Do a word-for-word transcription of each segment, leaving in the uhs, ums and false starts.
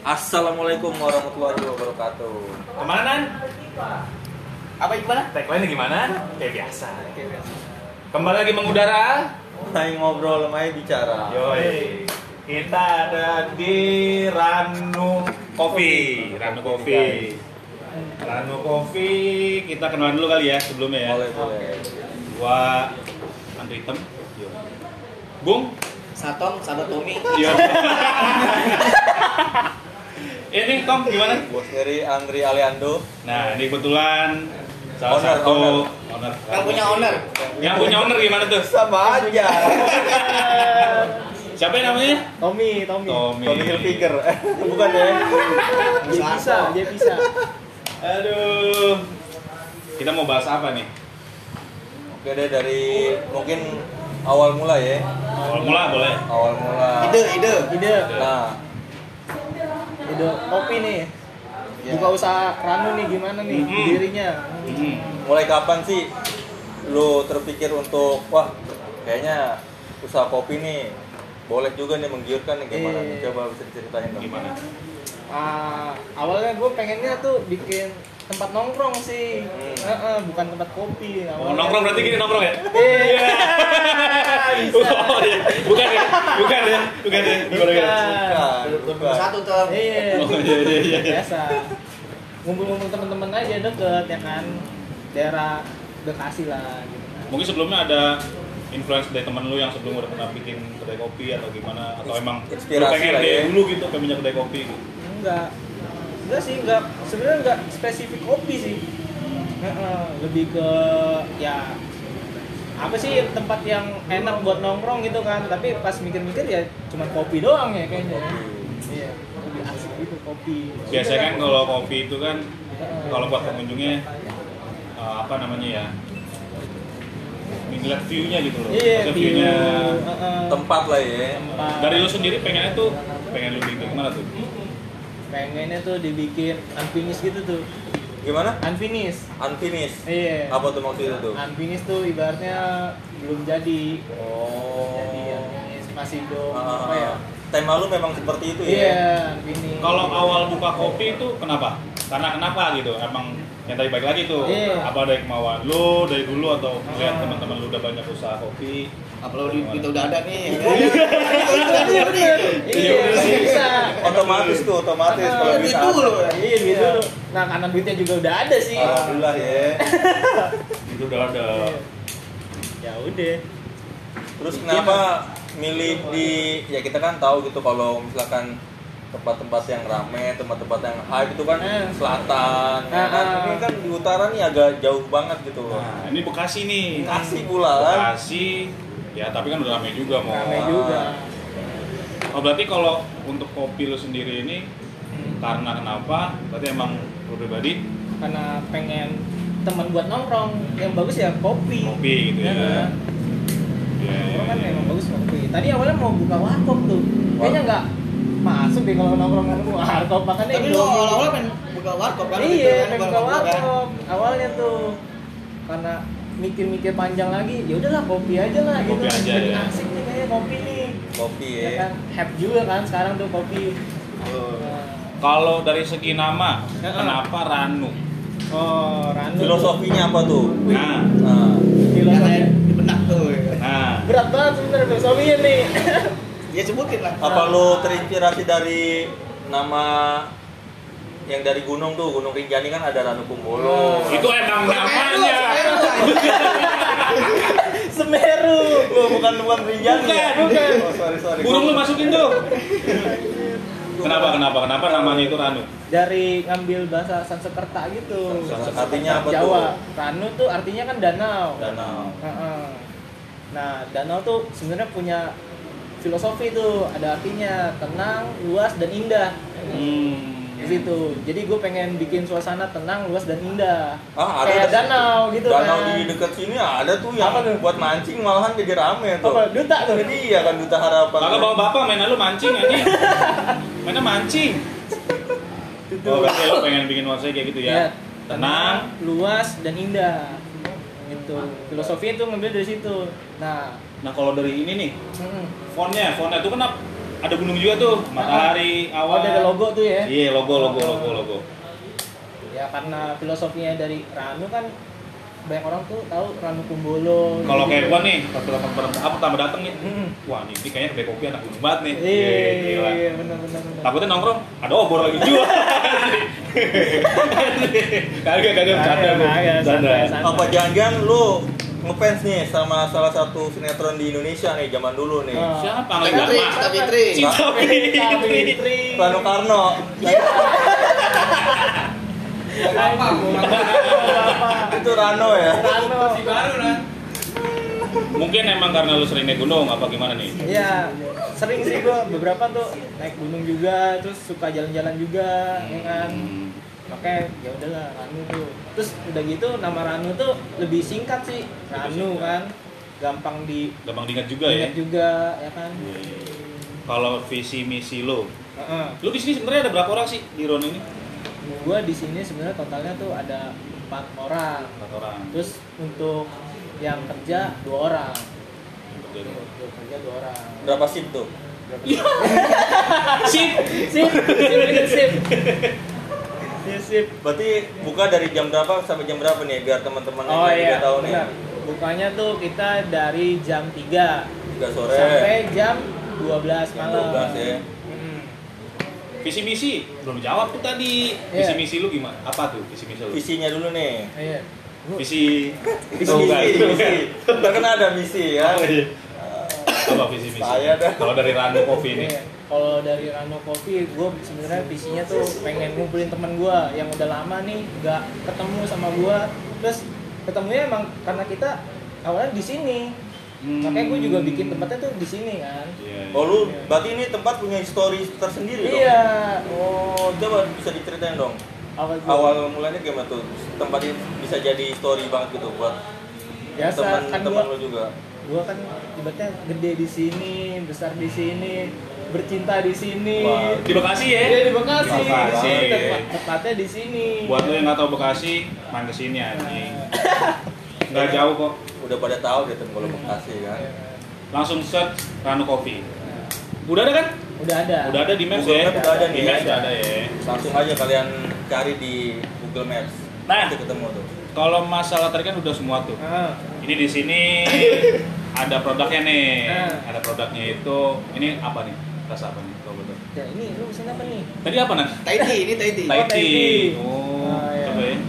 Assalamualaikum warahmatullahi wabarakatuh. Kemana Nan? Apa gimana? Tagline gimana? Kayak biasa. Kembali lagi mengudara. Saya ngobrol, Mai bicara. Yoi. Kita ada di Ranu Coffee. Ranu Coffee. Ranu Coffee. Kita kenalan dulu kali ya sebelumnya ya. Boleh, boleh. Gua Andri Tem. Bung. Satong, Sahabat Tommy. Iya. Ini Tom gimana? Bos dari Andri Aliando. Nah, ini kebetulan salah Owner, satu owner. owner. Yang punya owner. Yang punya owner gimana tuh? Sama aja. Siapa yang namanya? Tommy, Tommy. Tommy. Tommy Hilfiger. Bukan ya? Dia bisa, dia bisa. Aduh. Kita mau bahas apa nih? Oke deh, dari mungkin awal mula ya. Awal mula boleh. Awal mula. Ide, ide. Ide, Nah, ide kopi nih. Ya. Buka usaha Ranu nih gimana nih Hmm. dirinya? Hmm. mulai kapan sih lu terpikir untuk wah kayaknya usaha kopi nih boleh juga nih, menggiurkan nih, gimana nih? Iya. Coba bisa diceritain dong. Gimana? Ah, awalnya gue pengennya tuh bikin tempat nongkrong sih, Hmm. Heeh, bukan tempat kopi. Oh, Awalnya. nongkrong berarti gini nongkrong ya? Iya. Bisa. Oh, iya. Bukan ya? Bukan ya? Bukan ya? Gimana ya? Bukan, bukan. Satu tuh. Iya. Oh, iya, iya, iya. Biasa. Ngumpul-ngumpul teman-teman aja deket ya kan, daerah Bekasi lah gitu. Mungkin sebelumnya ada influence dari temen lu yang sebelum udah pernah bikin kedai kopi atau gimana, atau emang lu Inspirasi pengen lah dari ya. dulu gitu pengen punya kedai kopi gitu. Enggak, enggak sih, enggak. Sebenarnya enggak spesifik kopi sih. Heeh, lebih ke ya apa sih tempat yang enak buat nongkrong gitu kan. Tapi pas mikir-mikir ya cuma kopi doang ya kayaknya. Iya, lebih asik gitu kopi. Biasanya kan kalau kopi itu kan Heeh. kalau buat pengunjungnya uh, apa namanya ya, ngeliat view-nya gitu loh. Iya, Maksudnya view. view-nya. Heeh. Tempat lah ya. Tempat. Dari lu sendiri pengennya tuh pengen lu bikin gimana tuh? Pengennya tuh dibikin unfinished gitu tuh. Gimana? Unfinished. Unfinished. Iya. Apa tuh maksudnya tuh? Unfinished tuh ibaratnya belum jadi. Oh. Jadi unfinished masih belum Ah, apa ya? tema lu memang seperti itu ya? Iya, unfinished. Kalau awal buka kopi itu kenapa? Karena kenapa gitu? Emang yang tadi baik lagi tuh, Iya. apa dari kemauan lu dari dulu atau lihat Ah. teman-teman lu udah banyak usaha kopi? Upload di kita udah ada nih. Iya, Iya, bisa. Otomatis tuh, otomatis Ah, kalau duit bisa. dulu. Iya, duit dulu. Nah, karena duitnya juga udah ada sih. Alhamdulillah ya. Itu udah ada. Ya udah. Terus kenapa milih di, ya kita kan tahu gitu kalau misalkan tempat-tempat yang rame, tempat-tempat yang hype itu kan Eh. selatan, ya Ah, kan? ah. Ini kan di utara nih agak jauh banget gitu loh. Nah, ini Bekasi nih. Bekasi pula kan? Bekasi. Ya, tapi kan udah rame juga mau. Rame juga. Oh, berarti kalau untuk kopi lu sendiri ini karena kenapa? Berarti emang lu pribadi Karena pengen teman buat nongkrong yang bagus ya kopi. kopi gitu ya. Iya. Iya, iya, Nongkrong kan iya. memang bagus kopi. Tadi awalnya mau buka warkop tuh. Kayaknya nggak masuk deh kalau nongkrong nongkrong warkop, makanya Tapi lu Indomie. awal-awal pengen buka warkop kan? Iya, gitu kan, pengen buka warkop. Awalnya tuh karena mikir-mikir panjang lagi, ya udahlah kopi aja lah gitu. Kopi aja, Jadi ya. asik nih kayaknya kopi nih. Kopi Ya ya. kan, hype juga kan sekarang tuh kopi. Oh. Nah, Kalau dari segi nama, Heeh. kenapa Ranu? Oh, Ranu. Filosofinya apa tuh? Nah, Nah, Filosofi. Di benak tuh. nah, Berat banget sebenarnya filosofinya nih. Ya sebutin lah. apa lu terinspirasi dari nama yang dari gunung tuh, Gunung Rinjani kan ada Ranu Kumbolo. Oh. itu emang namanya. Semeru. Oh, bukan bukan Rinjani. Bukan, ya? bukan. Oh, sorry sorry. Burung lu masukin tuh. Kenapa, kenapa, kenapa namanya itu Ranu? Dari ngambil bahasa Sanskerta gitu. Sanskerta artinya apa tuh? Jawa. Ranu tuh artinya kan danau. Danau. Heeh. Nah, danau tuh sebenarnya punya filosofi tuh, ada artinya tenang, luas dan indah. Hmm. Di situ. Jadi gue pengen bikin suasana tenang, luas dan indah. Ah, ada Kayak tuh. danau gitu Danau kan. di dekat sini ada tuh yang Apa tuh? buat mancing malahan jadi rame tuh. Apa? Duta tuh. Jadi iya kan Duta Harapan. Kakak bawa bapak mainan lu mancing aja. Mainnya mancing. Itu. Oh, berarti lu pengen bikin nuansa kayak gitu ya. Ya, Tenang. luas dan indah. Gitu. Filosofi itu ngambil dari situ. Nah, Nah, kalau dari ini nih, mm, fontnya, fontnya itu kan ap- ada gunung juga tuh, matahari, Oh, awan. ada logo tuh ya? Iya, logo, logo, logo, logo. Ya karena filosofinya dari Ranu kan banyak orang tuh tahu Ranu Kumbolo. Kalau gitu. kayak gua nih, pas pertama apa pertama dateng nih, Mm. wah nih, ini kayaknya kedai kopi anak gunung banget nih. Iya, Gila. iya, benar benar benar. Takutnya nongkrong, ada obor lagi jual. Kagak, kagak bercanda gua. Kagak, Bercanda. santai, santai. Apa jangan-jangan lu ngefans nih sama salah satu sinetron di Indonesia nih zaman dulu nih. Oh. Siapa? Cinta Nggak Fitri, mah. Cinta Fitri. Cinta Fitri. Fitri. Rano Karno. Bapak. Itu Rano ya. Rano. Mungkin emang karena lu sering naik gunung apa gimana nih? Iya, sering sih gua beberapa tuh naik gunung juga, terus suka jalan-jalan juga, ya kan. Hmm. Makanya ya udahlah Ranu tuh. Terus udah gitu nama Ranu tuh lebih singkat sih. Ranu kan. Gampang di Gampang diingat juga ya. ingat juga, ya kan. Kalau visi misi lo, Heeh. lu di sini sebenarnya ada berapa orang sih di Ron ini? Gua di sini sebenarnya totalnya tuh ada empat orang. Empat orang. Terus untuk yang kerja dua orang. Betul. Untuk kerja dua orang. Berapa sip tuh? Sip. Sip, sip, sip. Ya, sip. Berarti buka dari jam berapa sampai jam berapa nih biar teman-teman yang Oh lain iya, juga tahu nih. benar. Bukanya tuh kita dari jam tiga tiga sore sampai jam dua belas jam malam. dua belas ya. Mm. Visi misi belum jawab tuh tadi. Iya. Visi misi lu gimana? Apa tuh visi misi lu? Visinya dulu nih. Iya. Gua- Visi. Misi, Oh, bukan. misi, misi. Ntar kan ada misi ya. Oh, iya. Apa visi misi? Saya dah. Kalau dari Ranu Coffee ini. Iya. Kalau dari Rano Coffee, gue sebenarnya visinya tuh pengen ngumpulin teman gue yang udah lama nih nggak ketemu sama gue. Terus ketemunya emang karena kita awalnya di sini. Hmm. Makanya gue juga bikin tempatnya tuh di sini kan. Iya. Oh lu berarti ini tempat punya histori tersendiri dong? Iya. Oh coba bisa diceritain dong. Awal, gua- Awal mulanya gimana tuh? Tempat ini bisa jadi story banget gitu buat biasa kan teman-teman gue lu juga. gue kan ibaratnya gede di sini, besar di sini, bercinta di sini. Wah. Di Bekasi ya? Iya di Bekasi. Di Bekasi. Tempat, tempatnya di sini. Buat lu yang nggak tahu Bekasi, main ke sini anjing. Nggak jauh kok. Udah pada tahu gitu kalau Bekasi kan. Langsung search Ranu Coffee. Udah ada kan? Udah ada. Udah ada di Maps Google ya? Maps udah ada nih, Di Maps ya. udah ada ya. Langsung aja kalian cari di Google Maps. Nah. Nanti ketemu tuh. Kalau masalah tadi kan udah semua tuh. Ah. Ini di sini ada produknya nih. Ah. Ada produknya itu. Ini apa nih? Rasa apa nih? Kalau betul. Ya ini lu pesen apa nih? Tadi apa Nas? Thai tea, ini Thai tea. Thai Thai tea. tea. Oh, Ah, iya. coba ya.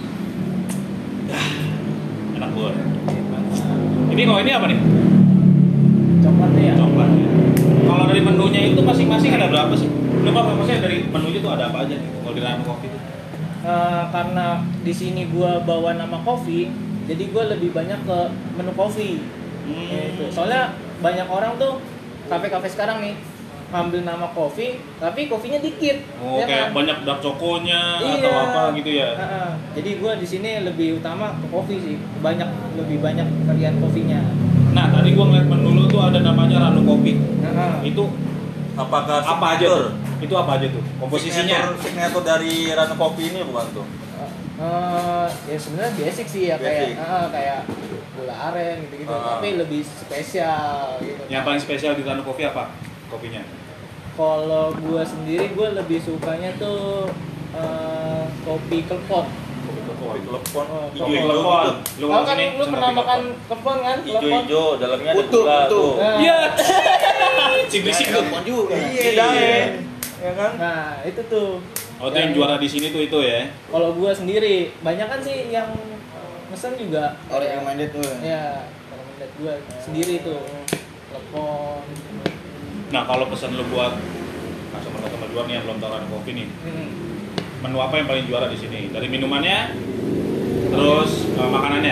Ah, enak banget. Ini kalau ini apa nih? Coklatnya ya. Coklat. Ya. Kalau dari menunya itu masing-masing ada berapa sih? Coba maksudnya dari menunya itu ada apa aja nih? Kalau di Ranu Coffee itu? Eh, karena di sini gua bawa nama kopi, jadi gua lebih banyak ke menu kopi. Hmm. Gitu. Soalnya banyak orang tuh kafe-kafe sekarang nih ngambil nama kopi, tapi kopinya dikit. Oh, ya kayak kan? banyak dark choconya Iya. atau apa gitu ya? Heeh. Jadi gua di sini lebih utama ke kopi sih, banyak lebih banyak varian kopinya. Nah, tadi gua ngeliat menu lu tuh ada namanya Ranu Coffee. Heeh. Itu Apakah apa aja signature? tuh? Itu apa aja tuh? Komposisinya? Signature, signature dari Rano Coffee ini bukan tuh? Eh, ya sebenarnya basic sih ya Basic. kayak eh, kayak gula aren gitu-gitu, Ah. tapi lebih spesial gitu. Yang paling spesial di Ranu Coffee apa? Kopinya? Kalau gua sendiri gua lebih sukanya tuh eh, kopi klepon. Kopi telepon, Oh, hijau-hijau Telepon. gitu. Lu Tahu kalau kan sini lu pesen pernah kopi makan telepon. klepon kan? Klepon. Hijau-hijau, dalamnya ada Utuh, gula utuh. tuh. Nah, Iya. Cibrisik tuh. Telepon juga. Iya, dangin. Ya kan? Nah, itu tuh. Oh, itu yang juara di sini tuh itu ya. Kalau gua sendiri, banyak kan sih yang mesen juga Orang yang minded tuh. ya, recommended gua sendiri tuh. Klepon. Nah, kalau pesan lu buat customer-customer luar nih yang belum tahu Ranu Coffee nih, Hmm. menu apa yang paling juara di sini? Dari minumannya, terus uh, makanannya.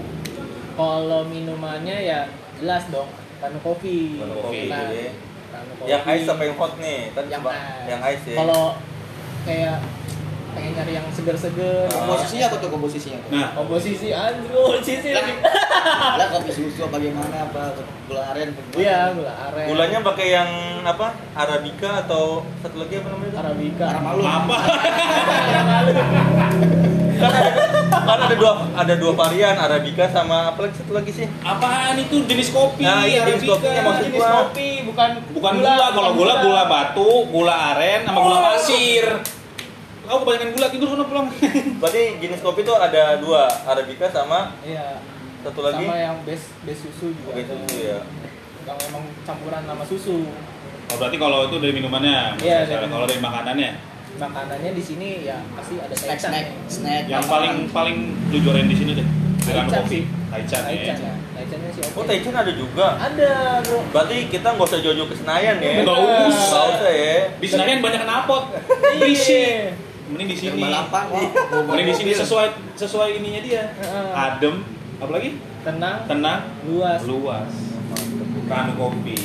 Kalau minumannya ya jelas dong, Ranu Coffee. Ranu Coffee, Nah, iya. Ranu Yang Coffee. ice apa yang hot nih? Kan Yang coba ice. yang ice ya. Kalau kayak pengen nyari yang seger-seger. Ah. Komposisinya apa tuh komposisinya? tuh? Nah, Komposisi anjir, komposisi. Lah, lah kopi susu bagaimana apa gula aren? bagaimana? Iya, gula aren. Gulanya pakai yang apa? Arabica atau satu lagi apa namanya? Arabica. Aramalu. apa? Kan ada, Kan ada dua ada dua varian, Arabica sama apa lagi satu lagi sih? Apaan itu jenis kopi? Nah, iya, jenis Arabica. kopinya maksud Jenis gua. kopi bukan Bukan gula, kalau gula gula batu, gula aren, sama gula Oh. pasir. Kau kebanyakan gula, tidur sana pulang. Berarti jenis kopi itu ada dua, Arabica sama Iya. satu lagi. Sama yang base base susu juga. Oke, ada. susu ya. Yang emang campuran sama susu. Oh, berarti kalau itu dari minumannya. Iya, maksudnya. dari Kalau dari makanannya, Makanannya di sini ya pasti ada snack taichan snack nih. snack yang makanan. paling paling lu juarain di sini deh. Dengan Taichan kopi. sih. Taichan ya. Taichan ya. Taichannya sih oke. Oh, Taichan ada juga. Ada, Bro. Berarti kita nggak usah jauh-jauh ke Senayan ya. Nggak Nggak usah. usah ya. Di Senayan banyak knalpot. Iya. Isi. Mending di Yang sini. balapan nih. Mending di sini sesuai sesuai ininya dia. Heeh. Adem, apalagi? Tenang, Tenang, luas. luas. Ranu kopi.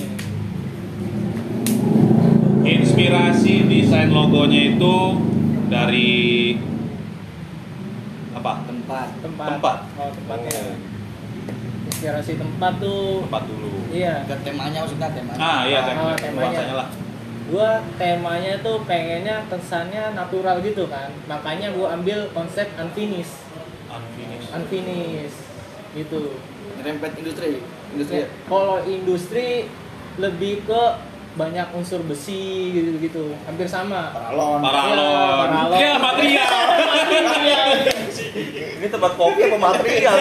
Inspirasi desain logonya itu dari apa? Tempat. Tempat. Tempat. Oh, tempatnya. Inspirasi tempat tuh. Tempat dulu. Iya. Ke temanya maksudnya temanya. Ah iya, Oh, temanya. temanya. Bahasanya lah. Gua temanya tuh pengennya kesannya natural gitu kan. Makanya gua ambil konsep unfinished. Unfinished. Unfinished. Gitu. Rempet industri. Industri. Ya, kalau industri lebih ke banyak unsur besi gitu-gitu. Hampir sama. Paralon. Paralon. Ya, paralon. Ya, material. Ini tempat kopi apa material?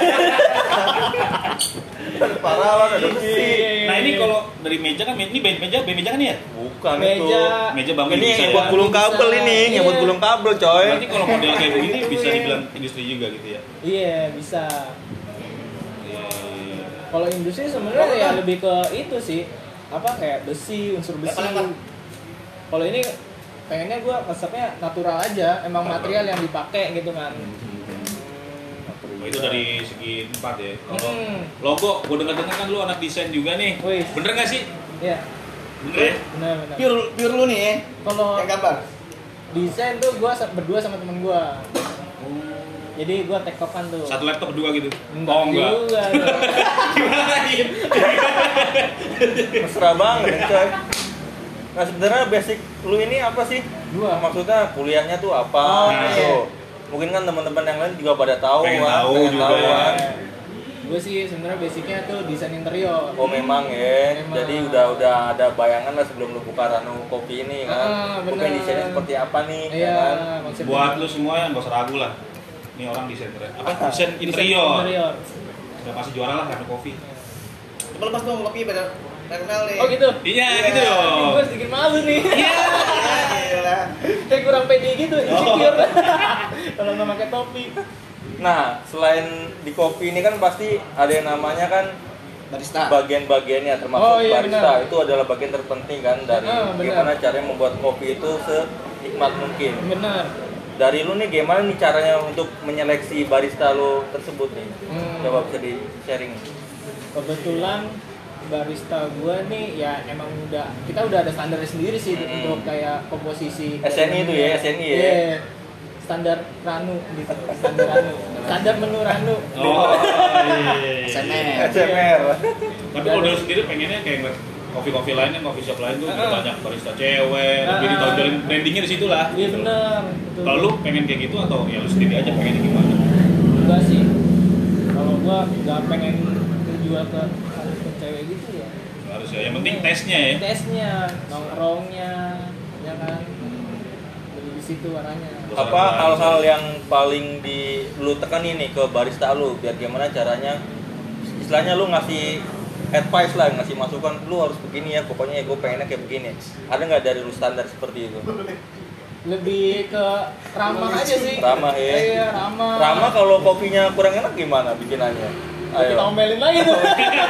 Ada paralon, ada besi. Nah, ini kalau dari meja kan ini band meja, band meja kan ya? Bukan Meja. itu. Meja bambu Ini bisa yang ya? buat gulung kabel Bisa. ini, yang buat Iya. gulung kabel, coy. Berarti kalau model kayak begini bisa dibilang industri juga gitu ya. Iya, bisa. Iya. Kalau industri sebenarnya ya lebih ke itu sih. Apa kayak besi, unsur besi. Apa-apa? Kalau ini pengennya gua konsepnya natural aja, emang material yang dipakai gitu kan. Oh, itu dari segi tempat ya. Kalau Hmm. logo, gua dengar-dengar kan lu anak desain juga nih. Wih. Bener nggak sih? Iya, Bener ya? benar benar. Pure pure lu nih ya. Kalau Yang gambar. desain tuh gua sa- berdua sama temen gua. Jadi gua take off-an tuh. Satu laptop berdua gitu? Enggak Oh enggak. juga. Gimana nih? Mesra banget, coy. Nah, sebenarnya basic lu ini apa sih? Dua. Maksudnya kuliahnya tuh apa? Oh, gitu. iya. Mungkin kan teman-teman yang lain juga pada tahu Pengen kan, tahu pengen juga. tahu kan. Gue sih sebenarnya basicnya tuh desain interior. Oh memang ya, Memang. jadi udah udah ada bayangan lah sebelum lu buka Ranu Kopi ini kan. Ah, Lu bener. pengen desainnya seperti apa nih? ya Iya, kan? maksudnya. Buat lu semua yang gak usah ragu lah. Ini orang desain keren. Apa? Desain Desain interior. interior. Udah pasti juara lah Ranu Coffee. Coba lepas dong kopi pada kenal nih. Oh gitu. Iya, Iya. gitu dong. Gue sedikit malu nih. Iya. Gila. Kayak kurang pede gitu, Oh. insecure. Kalau nggak pakai topi. Nah, selain di kopi ini kan pasti ada yang namanya kan Barista. bagian-bagiannya termasuk Oh, iya, barista benar. itu adalah bagian terpenting kan dari Ah, benar. gimana caranya membuat kopi itu senikmat mungkin. Benar. Dari lu nih gimana nih caranya untuk menyeleksi barista lu tersebut nih? Hmm. Coba bisa di sharing. Kebetulan barista gua nih ya emang udah kita udah ada standarnya sendiri sih Hmm. untuk kayak komposisi S N I itu ya, S N I ya? Iya. Standar Ranu gitu, standar Ranu. Standar menu Ranu. Oh, iya. S M R. S M R. Tapi kalau dari sendiri pengennya kayak ngeliat kopi-kopi lain kan, coffee shop lain tuh Ah. banyak barista cewek, Ah. lebih ditonjolin brandingnya di situ lah. Iya benar. betul. Kalau lu pengen kayak gitu atau ya lu sendiri aja pengennya gimana? Enggak sih. Kalau gua nggak pengen jual ke harus ke cewek gitu ya. Harus ya, yang penting tesnya ya. Tesnya, nongkrongnya, ya kan. Lebih di situ arahnya. Apa hal-hal yang paling di lu tekan ini ke barista lu biar gimana caranya istilahnya lu ngasih advice lah, ngasih masukan lu harus begini ya, pokoknya ya gue pengennya kayak begini. Ada nggak dari lu standar seperti itu? Lebih ke ramah aja sih. Ramah ya. Iya, ramah. Rama kalau kopinya kurang enak gimana bikinannya? Kita Ayo. omelin lagi tuh.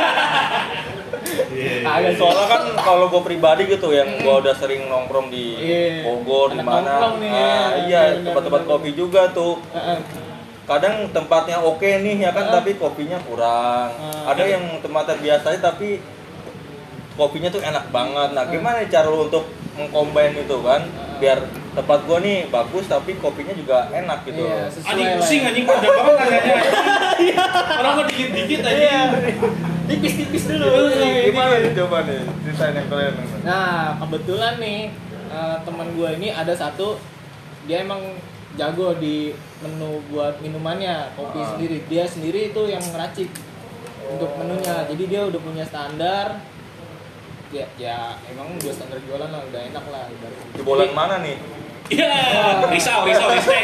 Agak Soalnya kan kalau gue pribadi gitu yang gue udah sering nongkrong di Iya. Bogor di Anak mana, nongkrong nih, ah, ya. iya Benar, tempat-tempat benar, kopi juga tuh. Heeh. Kadang tempatnya oke nih ya kan, Ah. tapi kopinya kurang. Ah. Ada yang tempatnya biasa tapi kopinya tuh enak banget. Nah, gimana nih cara lu untuk mengcombine itu kan, Ah. biar tempat gua nih bagus tapi kopinya juga enak gitu. Iya, sesuai Anjing lah pusing ya. anjing panjang banget nanyanya. Orang mah dikit-dikit aja. Iya. Tipis-tipis dulu. Gimana nih coba nih ceritain yang kalian. Nah, kebetulan nih eh, teman gue ini ada satu, dia emang jago di menu buat minumannya, kopi Ah. sendiri. Dia sendiri itu yang ngeracik untuk menunya. Jadi dia udah punya standar. Ya, ya emang udah standar jualan lah, udah enak lah. Jebolan mana nih? Iya, risau, risau, risau.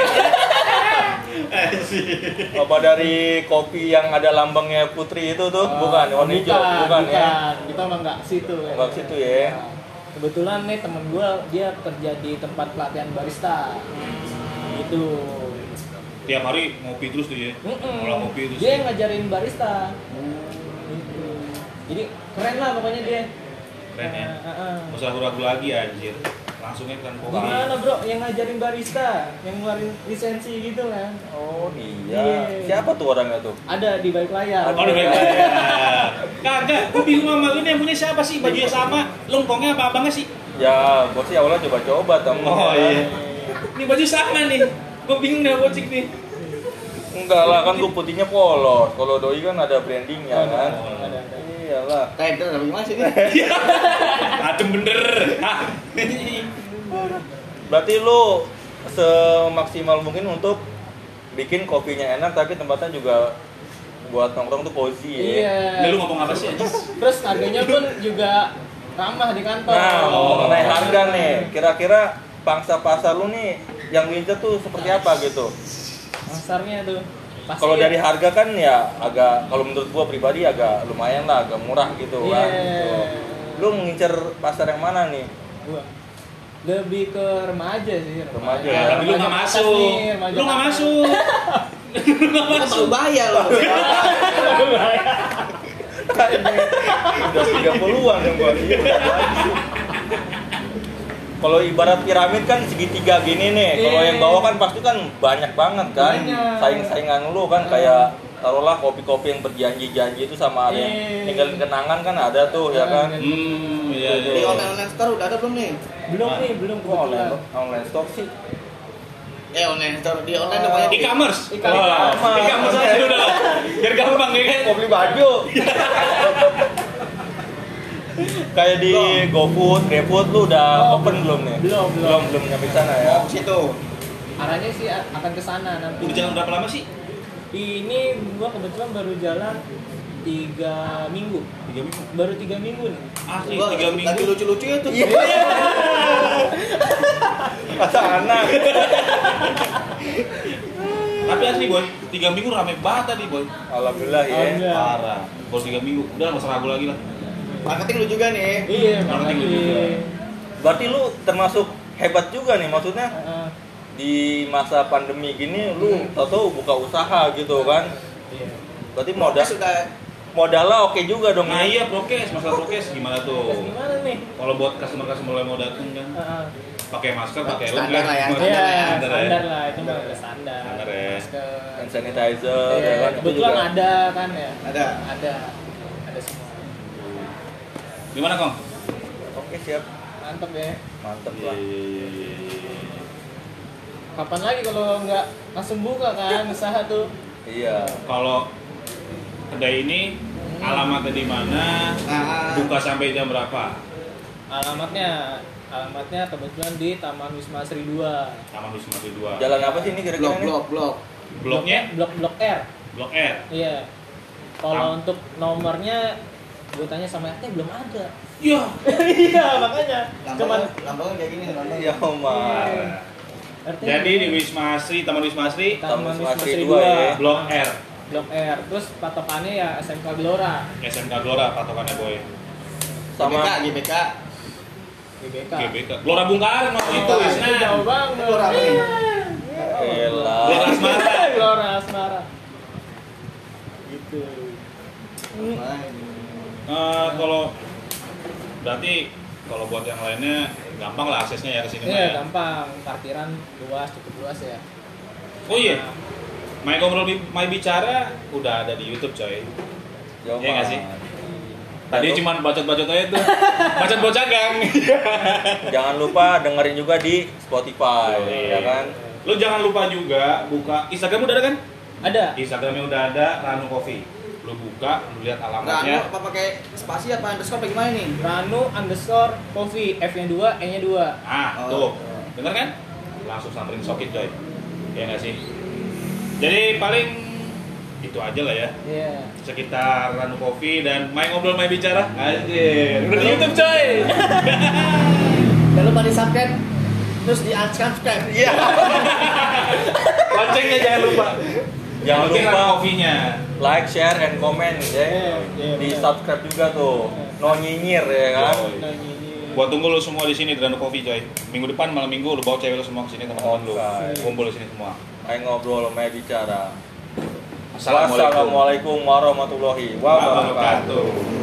Apa dari kopi yang ada lambangnya putri itu tuh? Ah, bukan, warna hijau, bukan, bukan ya? Kita emang nggak ke situ. ya. Nggak ke situ ya. Nah, kebetulan nih temen gue dia kerja di tempat pelatihan barista. Gitu. Tiap hari ngopi terus tuh ya. Mm-mm. Ngolah ngopi terus. Dia yang ngajarin barista. Gitu. Jadi keren lah pokoknya dia. Keren ya. Ah, ah, ah. Nggak usah ragu-ragu lagi anjir. Langsungnya kan kopi. Gimana bro, yang ngajarin barista, yang ngeluarin lisensi gitu kan? Oh iya. Iya. Siapa tuh orangnya tuh? Ada di balik layar. Oh, udah baik ya. Kagak, gue bingung sama lu nih yang punya siapa sih? Bajunya sama, lengkongnya apa abangnya sih? Ya, gua sih awalnya coba-coba temen. Oh, iya. Ini baju sama nih. Gue bingung dah bocik nih. Enggak lah, kan gua putihnya polos. Kalau doi kan ada brandingnya Ada, kan. ada, ada. Iyalah. Kayak itu dari mana sih? Adem bener. Hah. Berarti lu semaksimal mungkin untuk bikin kopinya enak tapi tempatnya juga buat nongkrong tuh cozy ya. Iya. Ini lu ngomong apa sih anjir? Terus harganya pun juga ramah di kantor. Nah, Oh. mengenai harga nih, kira-kira pangsa pasar lu nih yang ngincer tuh seperti apa gitu? Pasarnya tuh. Pasti Kalau ya. dari harga kan ya agak, kalau menurut gua pribadi agak lumayan lah, agak murah gitu Iya. kan. Gitu. Lu ngincer pasar yang mana nih? Gua lebih ke remaja sih. Remaja. Ya, tapi lu nggak atas masuk. nih, remaja Lu nggak atas. masuk. Lu nggak Kan masuk. lu bayar loh. Udah tiga puluhan yang gua. Kalau ibarat piramid kan segitiga gini nih. Kalau Iya. yang bawah kan pasti kan banyak banget kan. Banyak. Saing-saingan lu kan kayak taruhlah kopi-kopi yang berjanji-janji itu sama ada yang Iya. tinggalin kenangan kan ada tuh ya kan. Hmm, iya Di iya. online online store udah ada belum nih? Belum nih, belum Gua online kebetulan. online stock sih. Eh online store di online namanya E-commerce. E-commerce. Wah, E-commerce aja udah lah. Biar gampang ya kan. Mau beli baju. Kayak di GoFood, GrabFood lu udah Oh, open belum nih? belum, belum. belum, belum nyampe sana ya. mau ke situ. Arahnya sih akan ke sana nanti. Udah jalan berapa lama sih? Ini gua kebetulan baru jalan tiga minggu. Tiga minggu. Baru tiga minggu nih. Asli Gua tiga lagi minggu. lucu-lucu itu. Iya. Kata anak. Tapi asli boy, tiga minggu rame banget tadi boy. Alhamdulillah ya. Alhamdulillah. Parah. Kalau tiga minggu, udah nggak usah ragu lagi lah. Marketing lu juga nih. Iya, Marketing makasih. juga. Berarti lu termasuk hebat juga nih, maksudnya Heeh. di masa pandemi gini lu tau-tau buka usaha gitu kan. Iya. Berarti modal Sudah modalnya oke juga dong. Nah ya? iya prokes, masalah prokes gimana tuh? Terus gimana nih? Kalau buat customer-customer yang mau datang kan, Heeh. pakai masker, pakai helm Standar lah ya, kan? standar Iya, lah ya. Standar ya. standar lah itu mah udah standar. Standar ya. Masker. Hand sanitizer Iya, ya kan itu kebetulan juga. ada kan ya? Ada. Ada. Ada semua. Gimana Kong? Oke, siap. Mantep ya. Mantep Iya, lah. iya, iya, iya. Kapan lagi kalau nggak langsung buka kan usaha tuh? Iya. Kalau kedai ini alamatnya di mana? Nah, Buka sampai jam berapa? Alamatnya alamatnya kebetulan di Taman Wisma Asri dua. Taman Wisma Asri dua. Jalan apa sih ini kira-kira blok nih? blok blok. Bloknya Blok Blok R. Blok R. Iya. Kalau Tam- untuk nomornya gue tanya sama R T belum ada. Iya. Iya, makanya. Cuman Lambangnya lambangnya kayak gini lambangnya. Ya, Omar. R T Jadi di Wisma Asri, Taman Wisma Asri, Taman Wisma Wisma Asri Asri dua dua. ya. Blok R. Blok R. Terus patokannya ya S M K Gelora, S M K Gelora patokannya boy. Sama G B K, G B K. G B K. Gelora Bung Karno itu Itu Itu Wisna. jauh banget. Gelora apa nih? Elah. Gelora Asmara. Gelora Asmara. Gitu. Eh, kalau berarti kalau buat yang lainnya gampang lah aksesnya ya ke sini mah Iya, ya. gampang. Parkiran luas, cukup luas ya. Oh iya. My Ngobrol Bi- My Bicara udah ada di YouTube coy. Ya, Iya nggak sih? Omar. Tadi cuma bacot-bacot aja tuh. Bacot-bacot gang. Jangan lupa dengerin juga di Spotify, Iya. ya kan? Lu jangan lupa juga buka Instagram udah ada kan? Ada. Instagramnya udah ada Ranu Coffee. Lu buka, lu lihat Ranu alamatnya. apa pakai spasi apa underscore apa gimana nih? Ranu underscore coffee, F nya dua, E nya dua. Ah, Oh. tuh. Dengar kan? Langsung samperin Sokit coy. Ya nggak sih. Jadi paling itu aja lah ya. Iya. Sekitar Ranu Coffee dan main ngobrol main bicara. Anjir. Udah di YouTube coy. Jangan lupa di subscribe, terus di unsubscribe. Iya. Loncengnya jangan lupa. Jangan Yang penting lupa Ranu Coffee-nya. like, share, and comment ya. Iya, iya, Di benar. subscribe juga tuh. No nyinyir ya kan. Yoi. Nah, ini. Gua tunggu lu semua di sini di Ranu Coffee coy. Minggu depan malam minggu lu bawa cewek lu semua ke sini teman-teman lu. Oke. Kumpul di sini semua. Main ngobrol, main bicara. Assalamualaikum Wassalamualaikum warahmatullahi wabarakatuh. wabarakatuh.